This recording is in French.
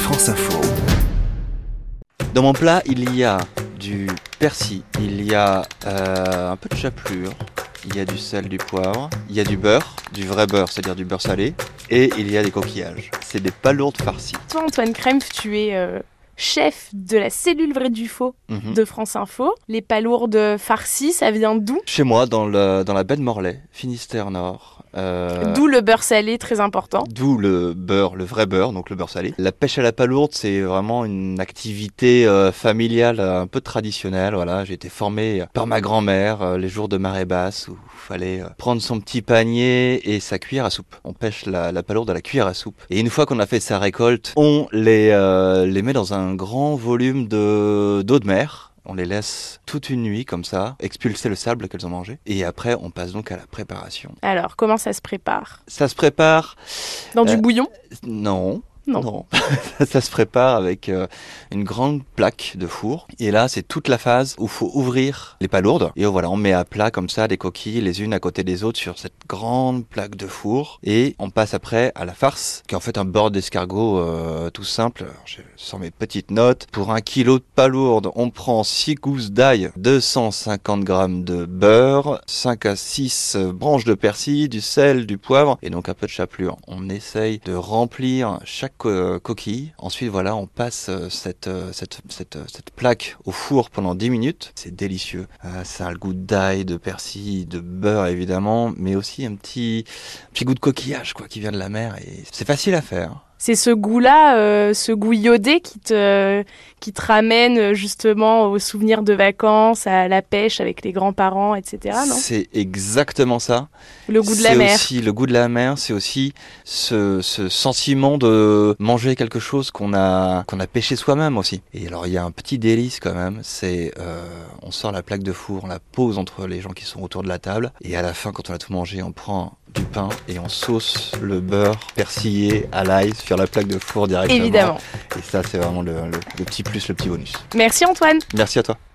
France Info. Dans mon plat, il y a du persil, il y a un peu de chapelure, il y a du sel, du poivre, il y a du beurre, du vrai beurre, c'est-à-dire du beurre salé, et il y a des coquillages. C'est des palourdes farcies. Toi, Antoine Krempf, tu es chef de la cellule Vrai du Faux de France Info. Les palourdes farcies, ça vient d'où ? Chez moi, dans la baie de Morlaix, Finistère Nord. D'où le beurre salé, très important. D'où le beurre, le vrai beurre, donc le beurre salé. La pêche à la palourde, c'est vraiment une activité familiale un peu traditionnelle. Voilà, j'ai été formé par ma grand-mère les jours de marée basse où il fallait prendre son petit panier et sa cuillère à soupe. On pêche la palourde à la cuillère à soupe. Et une fois qu'on a fait sa récolte, on les met dans un grand volume d'eau de mer. On les laisse toute une nuit comme ça, expulser le sable qu'elles ont mangé. Et après, on passe donc à la préparation. Alors, comment ça se prépare ? Ça se prépare... Dans du bouillon ? Non. Non. Ça se prépare avec une grande plaque de four. Et là, c'est toute la phase où il faut ouvrir les palourdes. Et voilà, on met à plat comme ça des coquilles les unes à côté des autres sur cette grande plaque de four. Et on passe après à la farce, qui est en fait un beurre d'escargot tout simple. Alors, je sors mes petites notes. Pour 1 kilo de palourdes, on prend 6 gousses d'ail, 250 grammes de beurre, 5 à 6 branches de persil, du sel, du poivre et donc un peu de chapelure. On essaye de remplir chaque coquille. Ensuite, voilà, on passe cette plaque au four pendant 10 minutes. C'est délicieux. Ça a le goût d'ail, de persil, de beurre évidemment, mais aussi un petit goût de coquillage qui vient de la mer et c'est facile à faire. C'est ce goût-là, ce goût iodé qui te ramène justement aux souvenirs de vacances, à la pêche avec les grands-parents, etc., non ? C'est exactement ça. Le goût de la mer. C'est aussi le goût de la mer, c'est aussi ce sentiment de manger quelque chose qu'on a pêché soi-même aussi. Et alors il y a un petit délice quand même, c'est on sort la plaque de four, on la pose entre les gens qui sont autour de la table et à la fin quand on a tout mangé, on prend du pain et on sauce le beurre persillé à l'ail sur la plaque de four directement. Évidemment. Et ça c'est vraiment le petit plus, le petit bonus. Merci Antoine. Merci à toi.